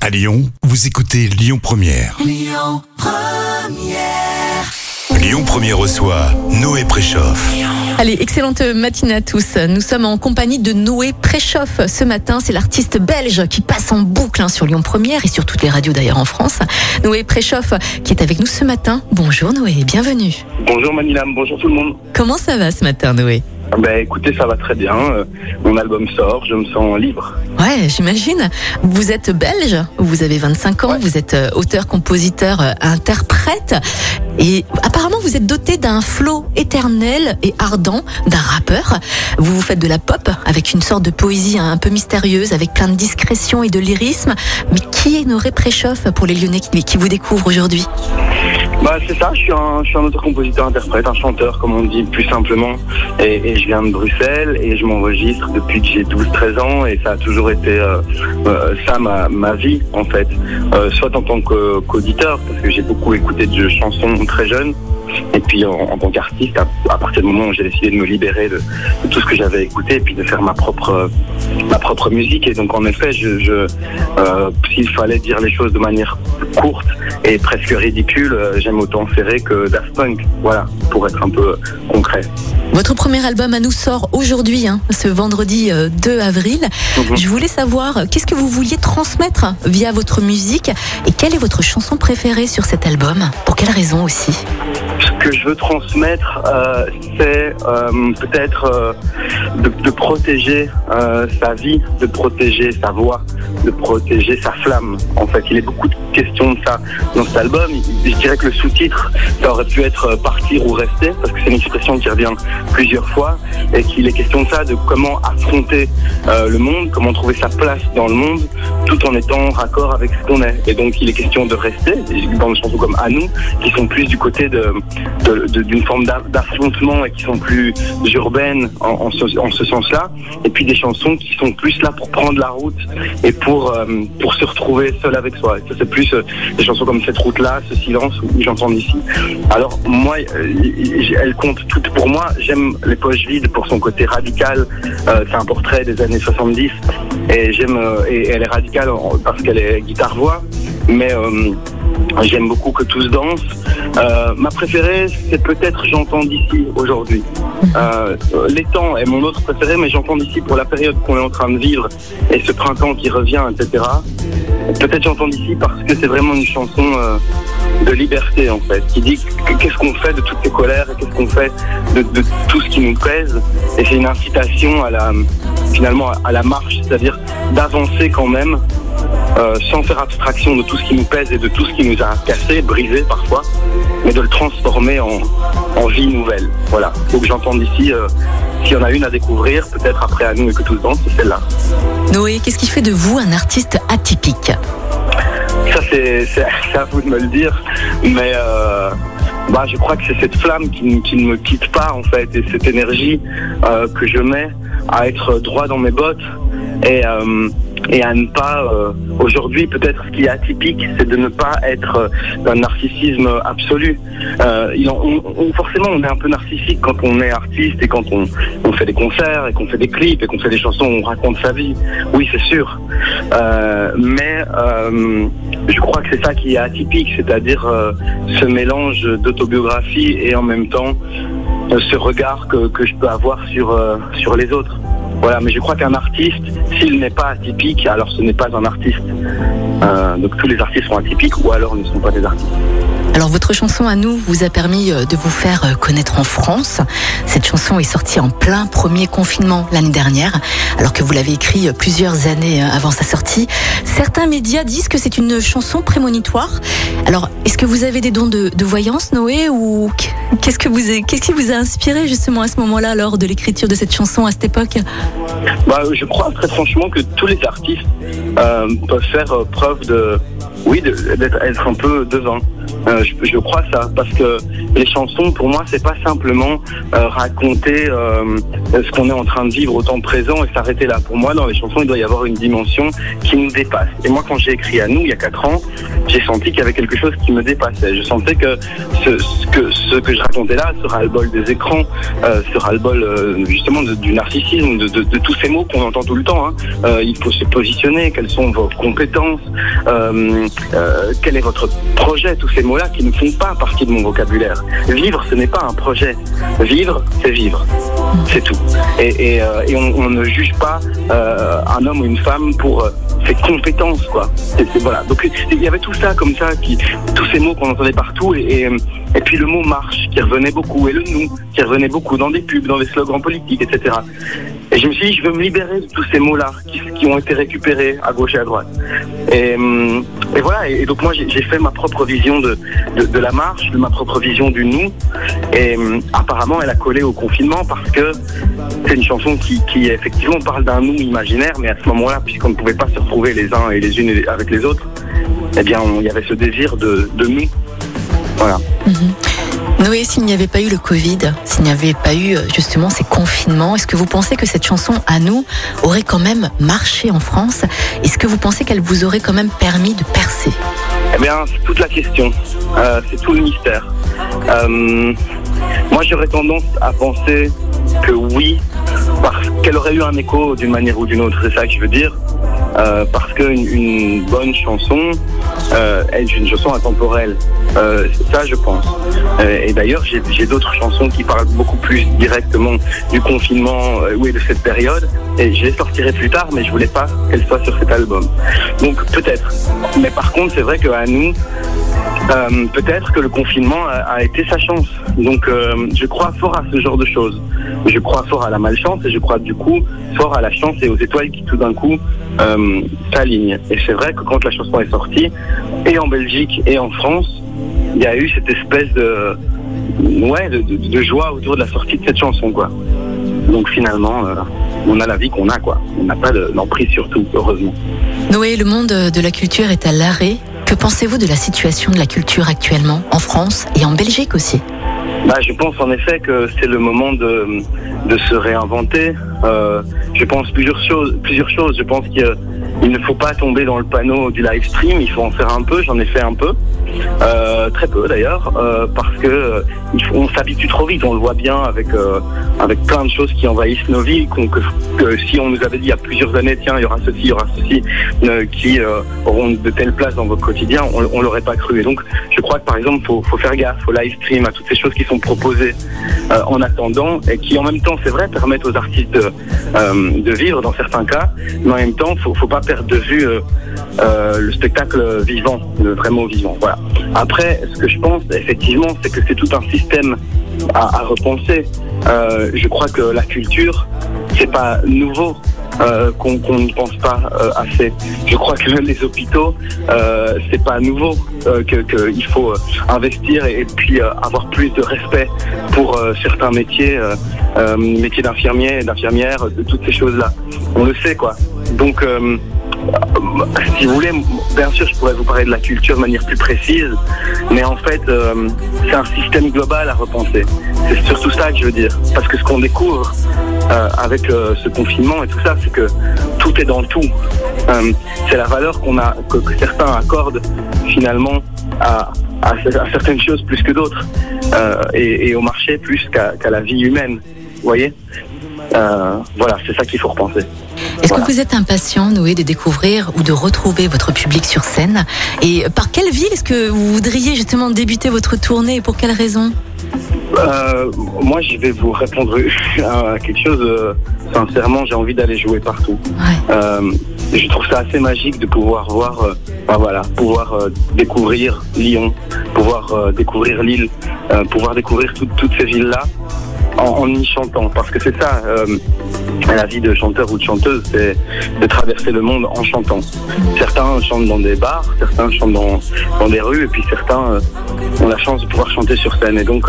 À Lyon, vous écoutez Lyon Première. Lyon Première. Lyon Première reçoit Noé Préchoff. Allez, excellente matinée à tous. Nous sommes en compagnie de Noé Préchoff. Ce matin, c'est l'artiste belge qui passe en boucle sur Lyon Première et sur toutes les radios d'ailleurs en France. Noé Préchoff qui est avec nous ce matin. Bonjour Noé, bienvenue. Bonjour Manilam, bonjour tout le monde. Comment ça va ce matin Noé ? Écoutez, ça va très bien. Mon album sort, je me sens libre. Ouais, j'imagine. Vous êtes belge, vous avez 25 ans, Vous êtes auteur, compositeur, interprète. Et apparemment, vous êtes doté d'un flow éternel et ardent d'un rappeur. Vous faites de la pop avec une sorte de poésie un peu mystérieuse, avec plein de discrétion et de lyrisme. Mais qui est Noé Préchoff pour les Lyonnais qui vous découvrent aujourd'hui ? C'est ça, je suis un auteur-compositeur-interprète, un chanteur comme on dit plus simplement. Et je viens de Bruxelles et je m'enregistre depuis que j'ai 12-13 ans et ça a toujours été ça ma vie en fait. Soit en tant qu'auditeur, parce que j'ai beaucoup écouté de chansons très jeune. Et puis en tant qu'artiste, à partir du moment où j'ai décidé de me libérer de tout ce que j'avais écouté et puis de faire ma propre musique. Et donc en effet, s'il fallait dire les choses de manière courte et presque ridicule, j'aime autant Ferré que Daft Punk. Voilà, pour être un peu concret. Votre premier album à nous sort aujourd'hui, ce vendredi 2 avril. Je voulais savoir, qu'est-ce que vous vouliez transmettre via votre musique et quelle est votre chanson préférée sur cet album ? Pour quelle raison aussi ? Ce que je veux transmettre, c'est peut-être de protéger sa vie, de protéger sa voix, de protéger sa flamme. En fait, il y a beaucoup de questions de ça dans cet album. Je dirais que le sous-titre, ça aurait pu être « partir ou rester », parce que c'est une expression qui revient plusieurs fois, et qu'il est question de ça, de comment affronter le monde, comment trouver sa place dans le monde, tout en étant raccord avec ce qu'on est. Et donc, il est question de rester, dans des chansons comme « À nous », qui sont plus du côté d'une forme d'affrontement et qui sont plus urbaines en ce sens-là, et puis des chansons qui sont plus là pour prendre la route et pour se retrouver seul avec soi. Et ça, c'est plus des chansons comme Cette route-là, Ce silence où j'entends d'ici. Alors moi, elle compte toutes pour moi. J'aime Les poches vides pour son côté radical. C'est un portrait des années 70 et et elle est radicale parce qu'elle est guitare-voix, mais j'aime beaucoup Que tous dansent. Ma préférée, c'est peut-être J'entends d'ici aujourd'hui. L'étang est mon autre préféré, mais J'entends d'ici pour la période qu'on est en train de vivre et ce printemps qui revient, etc. Peut-être J'entends d'ici parce que c'est vraiment une chanson de liberté en fait, qui dit qu'est-ce qu'on fait de toutes ces colères et qu'est-ce qu'on fait de tout ce qui nous pèse. Et c'est une incitation finalement à la marche, c'est-à-dire d'avancer quand même. Sans faire abstraction de tout ce qui nous pèse et de tout ce qui nous a cassé, brisé parfois, mais de le transformer en vie nouvelle. Voilà. Donc J'entends d'ici, s'il y en a une à découvrir, peut-être après À nous et Que tous dansent, c'est celle-là. Noé, qu'est-ce qui fait de vous un artiste atypique ? Ça, c'est à vous de me le dire, mais je crois que c'est cette flamme qui ne me quitte pas en fait, et cette énergie que je mets à être droit dans mes bottes et à ne pas, aujourd'hui peut-être ce qui est atypique, c'est de ne pas être d'un narcissisme absolu. Forcément on est un peu narcissique quand on est artiste et quand on fait des concerts et qu'on fait des clips et qu'on fait des chansons où on raconte sa vie. Oui, c'est sûr. Mais je crois que c'est ça qui est atypique, c'est-à-dire ce mélange d'autobiographie et en même temps ce regard que je peux avoir sur les autres. Voilà, mais je crois qu'un artiste, s'il n'est pas atypique, alors ce n'est pas un artiste. Donc tous les artistes sont atypiques ou alors ne sont pas des artistes. Alors votre chanson À nous vous a permis de vous faire connaître en France. Cette chanson est sortie en plein premier confinement l'année dernière, alors que vous l'avez écrite plusieurs années avant sa sortie. Certains médias disent que c'est une chanson prémonitoire. Alors, est-ce que vous avez des dons de voyance, Noé, ou qu'est-ce qui vous a inspiré justement à ce moment-là, lors de l'écriture de cette chanson à cette époque ? Je crois très franchement que tous les artistes peuvent faire preuve d'être un peu devin. Je crois ça, parce que les chansons, pour moi, c'est pas simplement raconter ce qu'on est en train de vivre au temps présent et s'arrêter là. Pour moi, dans les chansons, il doit y avoir une dimension qui nous dépasse. Et moi, quand j'ai écrit À nous, il y a 4 ans, j'ai senti qu'il y avait quelque chose qui me dépassait. Je sentais que ce que je racontais là, ce ras-le-bol des écrans, ce ras-le-bol justement du narcissisme, de tous ces mots qu'on entend tout le temps. Il faut se positionner, quelles sont vos compétences, quel est votre projet, tous ces mots-là qui ne font pas partie de mon vocabulaire. Vivre, ce n'est pas un projet. Vivre, c'est vivre. C'est tout. Et on ne juge pas un homme ou une femme pour ses compétences, quoi. Voilà. Donc il y avait tout ça comme ça, tous ces mots qu'on entendait partout, et puis le mot marche qui revenait beaucoup, et le nous qui revenait beaucoup dans des pubs, dans des slogans politiques, etc. Et je me suis dit, je veux me libérer de tous ces mots-là qui ont été récupérés à gauche et à droite. Et voilà. Et donc moi, j'ai fait ma propre vision de la marche, ma propre vision du nous. Et apparemment, elle a collé au confinement parce que c'est une chanson qui effectivement parle d'un nous imaginaire, mais à ce moment-là, puisqu'on ne pouvait pas se retrouver les uns et les unes avec les autres, eh bien, il y avait ce désir de nous. Voilà. Noé, s'il n'y avait pas eu le Covid, s'il n'y avait pas eu justement ces confinements, est-ce que vous pensez que cette chanson À nous aurait quand même marché en France? Est-ce que vous pensez qu'elle vous aurait quand même permis de percer? Eh bien, c'est toute la question. C'est tout le mystère. Moi, j'aurais tendance à penser que oui, parce qu'elle aurait eu un écho d'une manière ou d'une autre, c'est ça que je veux dire. Parce qu'une bonne chanson est une chanson intemporelle. Ça, je pense. Et d'ailleurs, j'ai d'autres chansons qui parlent beaucoup plus directement du confinement et de cette période. Et je les sortirai plus tard, mais je voulais pas qu'elles soient sur cet album. Donc peut-être. Mais par contre, c'est vrai qu'à nous, peut-être que le confinement a été sa chance. Donc je crois fort à ce genre de choses. Je crois fort à la malchance et je crois du coup fort à la chance et aux étoiles qui tout d'un coup s'alignent. Et c'est vrai que quand la chanson est sortie, et en Belgique et en France, il y a eu cette espèce de joie autour de la sortie de cette chanson, quoi. Donc finalement, on a la vie qu'on a, quoi. On n'a pas d'emprise sur tout, heureusement. Noé, le monde de la culture est à l'arrêt. Que pensez-vous de la situation de la culture actuellement, en France et en Belgique aussi? Je pense en effet que c'est le moment de se réinventer. Je pense plusieurs choses. Je pense qu'il ne faut pas tomber dans le panneau du live stream. Il faut en faire un peu. J'en ai fait un peu. Très peu d'ailleurs, parce que on s'habitue trop vite. On le voit bien avec plein de choses qui envahissent nos vies. Que si on nous avait dit il y a plusieurs années, tiens, il y aura ceci, qui auront de telles places dans votre quotidien, on l'aurait pas cru. Et donc, je crois que par exemple, faut faire gaffe au live stream, à toutes ces choses qui sont proposées en attendant et qui en même temps, c'est vrai, permettent aux artistes de vivre dans certains cas, mais en même temps, faut pas perdre de vue le spectacle vivant, le vrai mot vivant. Voilà. Après, ce que je pense effectivement, c'est que c'est tout un système à repenser. Je crois que la culture, c'est pas nouveau. Qu'on n'y pense pas assez. Je crois que les hôpitaux, c'est pas nouveau, qu'il faut investir et puis avoir plus de respect pour certains métiers, métiers d'infirmiers et d'infirmières, toutes ces choses-là. On le sait, quoi. Donc, si vous voulez, bien sûr, je pourrais vous parler de la culture de manière plus précise, mais en fait, c'est un système global à repenser. C'est surtout ça que je veux dire. Parce que ce qu'on découvre avec ce confinement et tout ça, c'est que tout est dans le tout. C'est la valeur que certains accordent finalement à certaines choses plus que d'autres, et au marché plus qu'à la vie humaine. Vous voyez ? Voilà, c'est ça qu'il faut repenser. Est-ce que vous êtes impatient, Noé, de découvrir ou de retrouver votre public sur scène? Et par quelle ville est-ce que vous voudriez justement débuter votre tournée et pour quelle raison? Moi, je vais vous répondre à quelque chose. Sincèrement, j'ai envie d'aller jouer partout. Ouais. Je trouve ça assez magique de pouvoir voir, pouvoir découvrir Lyon, pouvoir découvrir Lille, pouvoir découvrir toutes ces villes-là en y chantant. Parce que c'est ça, la vie de chanteur ou de chanteuse, c'est de traverser le monde en chantant. Certains chantent dans des bars, certains chantent dans des rues, et puis certains ont la chance de pouvoir chanter sur scène. Et donc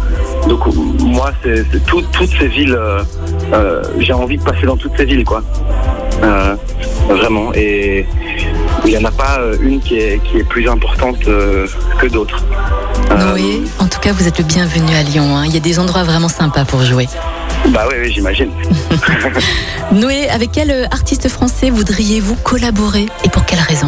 moi, c'est toutes ces villes, j'ai envie de passer dans toutes ces villes, quoi. Vraiment. Et il n'y en a pas une qui est plus importante que d'autres. Noé, en tout cas, vous êtes le bienvenu à Lyon. Hein. Il y a des endroits vraiment sympas pour jouer. Bah oui, j'imagine. Noé, avec quel artiste français voudriez-vous collaborer et pour quelle raison ?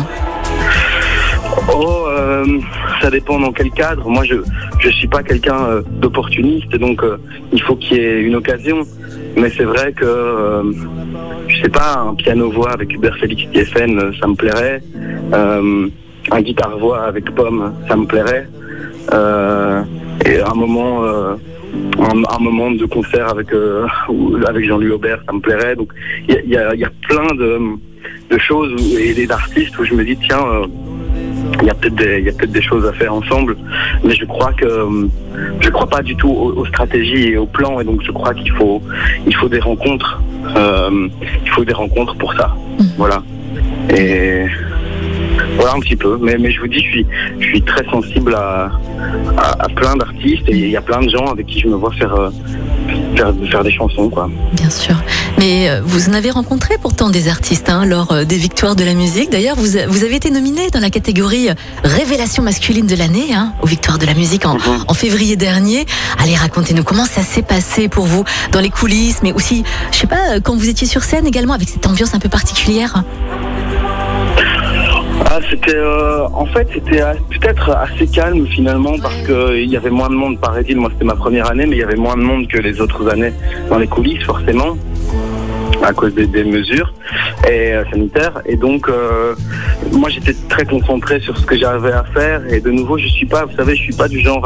Ça dépend dans quel cadre. Moi, je suis pas quelqu'un d'opportuniste, donc il faut qu'il y ait une occasion. Mais c'est vrai que, je sais pas, un piano-voix avec Hubert Félix Thieffen, ça me plairait. Un guitare-voix avec Pomme, ça me plairait. Et un moment de concert avec Jean-Louis Aubert, ça me plairait. Donc il y a plein de choses et d'artistes où je me dis tiens, il y a peut-être des choses à faire ensemble, mais je crois pas du tout aux stratégies et aux plans, et donc je crois qu'il faut des rencontres. Il faut des rencontres pour ça. Voilà. Et voilà un petit peu. Mais je vous dis, je suis très sensible à plein d'artistes, et il y a plein de gens avec qui je me vois faire des chansons, quoi. Bien sûr. Mais vous en avez rencontré pourtant des artistes lors des victoires de la musique. D'ailleurs, vous avez été nominé dans la catégorie Révélation masculine de l'année aux victoires de la musique en février dernier. Allez, racontez-nous comment ça s'est passé pour vous dans les coulisses, mais aussi, je sais pas, quand vous étiez sur scène également avec cette ambiance un peu particulière. C'était peut-être assez calme finalement, parce qu'il y avait moins de monde, paraît-il. Moi, c'était ma première année, mais il y avait moins de monde que les autres années dans les coulisses, forcément, à cause des mesures sanitaires. Et donc, moi, j'étais très concentré sur ce que j'avais à faire. Et de nouveau, je suis pas du genre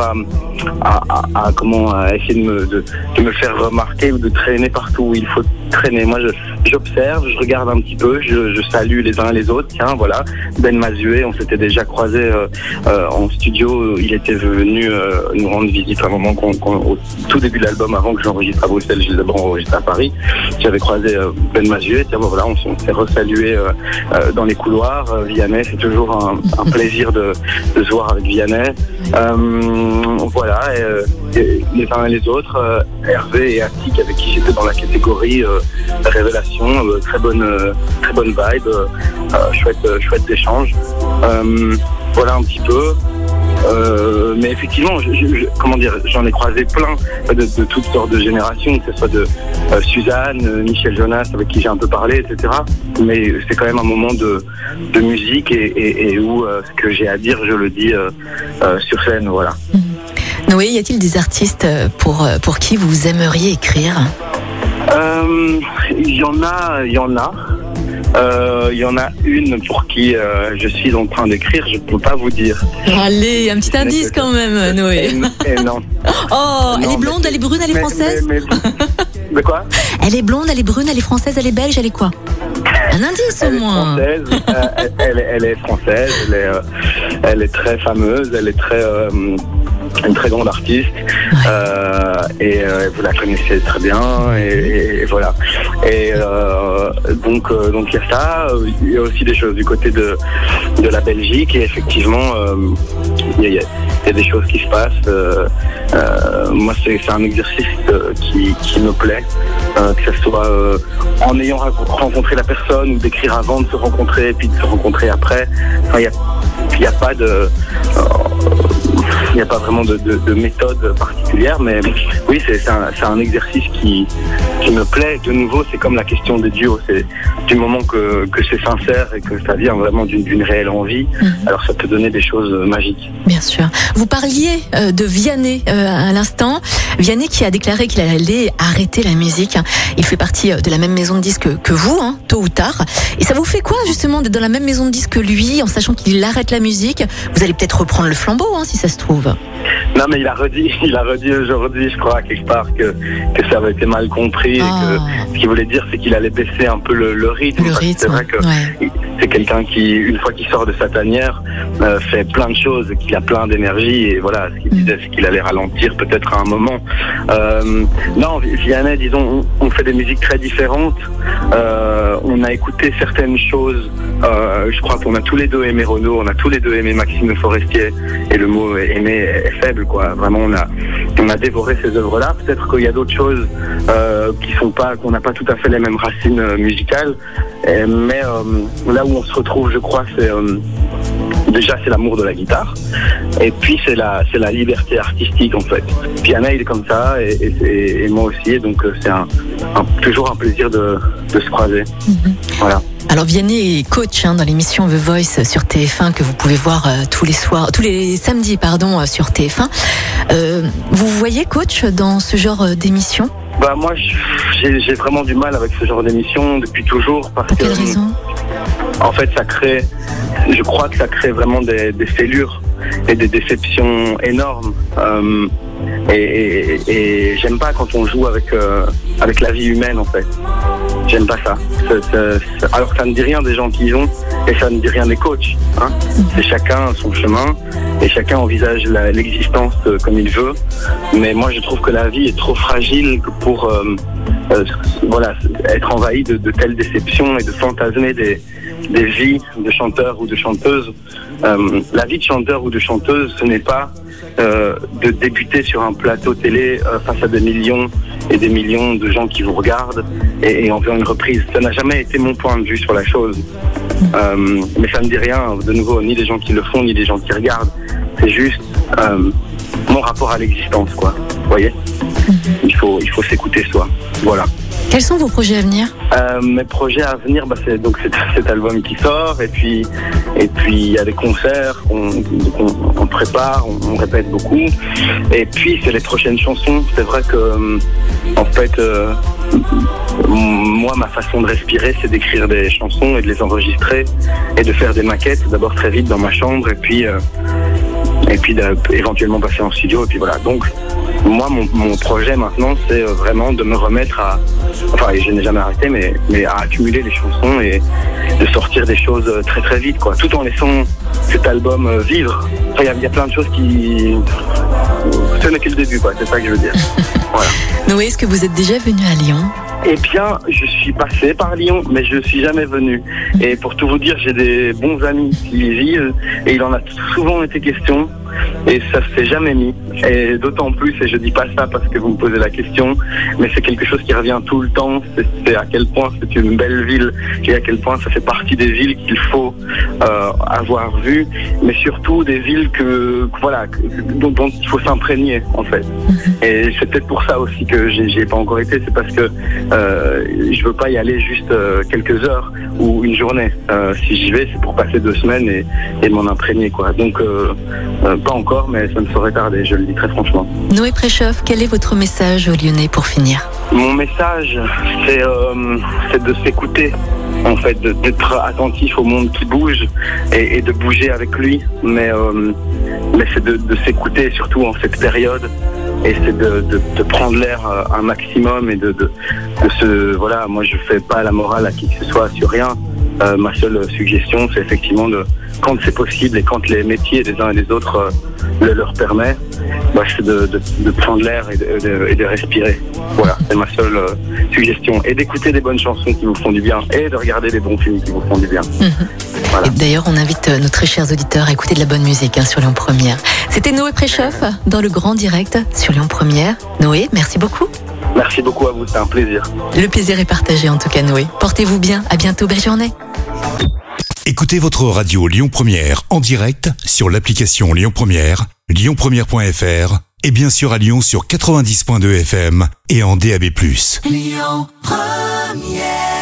à essayer de me faire remarquer ou de traîner partout où il faut traîner. Moi, j'observe, je regarde un petit peu, je salue les uns les autres. Tiens, voilà, Ben Mazué, on s'était déjà croisés en studio. Il était venu nous rendre visite à un moment au tout début de l'album, avant que j'enregistre à Bruxelles. J'ai d'abord enregistré à Paris. J'avais croisé Ben Mazué. Tiens, bon, voilà, on s'est resalué dans les couloirs. Vianney, c'est toujours un plaisir de se voir avec Vianney. Voilà, et les uns et les autres, Hervé et Attic, avec qui j'étais dans la catégorie Révélation, très bonne vibe, chouette d'échange. Voilà un petit peu. Mais effectivement, j'en ai croisé plein de toutes sortes de générations, que ce soit de Suzanne, Michel Jonas, avec qui j'ai un peu parlé, etc. Mais c'est quand même un moment de musique et où ce que j'ai à dire, je le dis sur scène, voilà. Noé, y a-t-il des artistes pour qui vous aimeriez écrire ? Il y en a. Il y en a une pour qui je suis en train d'écrire, je ne peux pas vous dire. Allez, un petit indice quand même, Noé. Et non. Oh, elle est blonde, elle est brune, elle est française. De quoi ? Elle est blonde, elle est brune, elle est française, elle est belge, elle est quoi ? Un indice au moins. Elle est française, elle est très fameuse, elle est une très grande artiste, et vous la connaissez très bien, et voilà. Et donc il y a ça. Il y a aussi des choses du côté de la Belgique, et effectivement il y a des choses qui se passent. Moi, c'est un exercice qui me plaît, que ce soit en ayant rencontré la personne, ou d'écrire avant de se rencontrer, et puis de se rencontrer après. Enfin, il n'y a pas de... Il n'y a pas vraiment de méthode particulière, mais oui, c'est un exercice qui me plaît. De nouveau, c'est comme la question des duos. C'est du moment que c'est sincère et que ça vient vraiment d'une réelle envie, alors ça peut donner des choses magiques. Bien sûr. Vous parliez de Vianney à l'instant. Vianney qui a déclaré qu'il allait arrêter la musique. Il fait partie de la même maison de disques que vous, tôt ou tard. Et ça vous fait quoi, justement, d'être dans la même maison de disques que lui, en sachant qu'il arrête la musique ? Vous allez peut-être reprendre le flambeau, si ça se trouve. Non, mais il a redit aujourd'hui, je crois, quelque part, que ça avait été mal compris, et que ce qu'il voulait dire, c'est qu'il allait baisser un peu le rythme. C'est vrai que c'est quelqu'un qui, une fois qu'il sort de sa tanière, fait plein de choses, qu'il a plein d'énergie, et voilà, ce qu'il disait, c'est qu'il allait ralentir peut-être à un moment. Non, Vianney, disons, on fait des musiques très différentes. On a écouté certaines choses. Je crois qu'on a tous les deux aimé Renaud, on a tous les deux aimé Maxime Le Forestier, et le mot aimer est faible, quoi. Vraiment, on a dévoré ces œuvres-là. Peut-être qu'il y a d'autres choses qu'on n'a pas tout à fait les mêmes racines musicales. Mais là où on se retrouve, je crois, c'est déjà c'est l'amour de la guitare, et puis c'est la liberté artistique en fait. Puis Anna il est comme ça, et moi aussi, et donc c'est toujours un plaisir de se croiser. Voilà. Alors Vianney est coach dans l'émission The Voice sur TF1 que vous pouvez voir tous les samedis sur TF1. Vous voyez coach dans ce genre d'émission? Moi j'ai vraiment du mal avec ce genre d'émission depuis toujours, parce Pour quelle raison? En fait je crois que ça crée vraiment des fêlures et des déceptions énormes. Et j'aime pas quand on joue avec la vie humaine en fait. J'aime pas ça. Alors que ça ne dit rien des gens qui y ont, et ça ne dit rien des coachs. Hein. C'est chacun son chemin, et chacun envisage l'existence comme il veut. Mais moi je trouve que la vie est trop fragile pour être envahi de telles déceptions et de fantasmer des vies de chanteurs ou de chanteuses. La vie de chanteur ou de chanteuse, ce n'est pas de débuter sur un plateau télé face à des millions et des millions de gens qui vous regardent et en faisant une reprise. Ça n'a jamais été mon point de vue sur la chose. Mais ça ne dit rien, de nouveau, ni des gens qui le font, ni des gens qui regardent. C'est juste mon rapport à l'existence, quoi. Vous voyez ? Il faut s'écouter soi. Voilà. Quels sont vos projets à venir? Mes projets à venir, c'est cet album qui sort, et puis il y a des concerts qu'on prépare, on répète beaucoup, et puis c'est les prochaines chansons. C'est vrai que en fait moi ma façon de respirer, c'est d'écrire des chansons et de les enregistrer et de faire des maquettes d'abord très vite dans ma chambre, et puis éventuellement passer en studio, et puis voilà. Donc moi, mon projet maintenant, c'est vraiment de me remettre et je n'ai jamais arrêté, mais à accumuler les chansons et de sortir des choses très très vite, quoi, tout en laissant cet album vivre. Il y a plein de choses qui... Ce n'est que le début, quoi, c'est ça que je veux dire. Voilà. Noé, est-ce que vous êtes déjà venu à Lyon? Eh bien, je suis passé par Lyon, mais je ne suis jamais venu. Et pour tout vous dire, j'ai des bons amis qui y vivent, et il en a souvent été question, et ça ne s'est jamais mis. Et d'autant plus, et je dis pas ça parce que vous me posez la question, mais c'est quelque chose qui revient tout le temps, c'est à quel point c'est une belle ville, et à quel point ça fait partie des villes qu'il faut avoir vues, mais surtout des villes dont il faut s'imprégner, en fait. Et c'est peut-être pour ça aussi que j'y ai pas encore été, c'est parce que je veux pas y aller juste quelques heures ou une journée. Si j'y vais, c'est pour passer 2 semaines et m'en imprégner, quoi. Donc pas encore, mais ça ne saurait tarder, je le dis très franchement. Noé Préchoff, quel est votre message aux Lyonnais pour finir? Mon message, c'est de s'écouter, en fait, d'être attentif au monde qui bouge et de bouger avec lui, mais c'est de s'écouter surtout en cette période, et c'est de prendre l'air un maximum, et de voilà, moi je fais pas la morale à qui que ce soit sur rien. Ma seule suggestion, c'est effectivement quand c'est possible et quand les métiers des uns et des autres le leur permet, c'est de prendre l'air et de respirer. Voilà, c'est ma seule suggestion. Et d'écouter des bonnes chansons qui vous font du bien, et de regarder des bons films qui vous font du bien. Voilà. Et d'ailleurs, on invite nos très chers auditeurs à écouter de la bonne musique sur Lyon Première. C'était Noé Préchoff dans le Grand Direct sur Lyon Première. Noé, merci beaucoup. Merci beaucoup à vous, c'est un plaisir. Le plaisir est partagé en tout cas, Noé. Portez-vous bien, à bientôt, belle journée. Écoutez votre radio Lyon Première en direct sur l'application Lyon Première, lyonpremière.fr, et bien sûr à Lyon sur 90.2 FM et en DAB+. Lyon Première.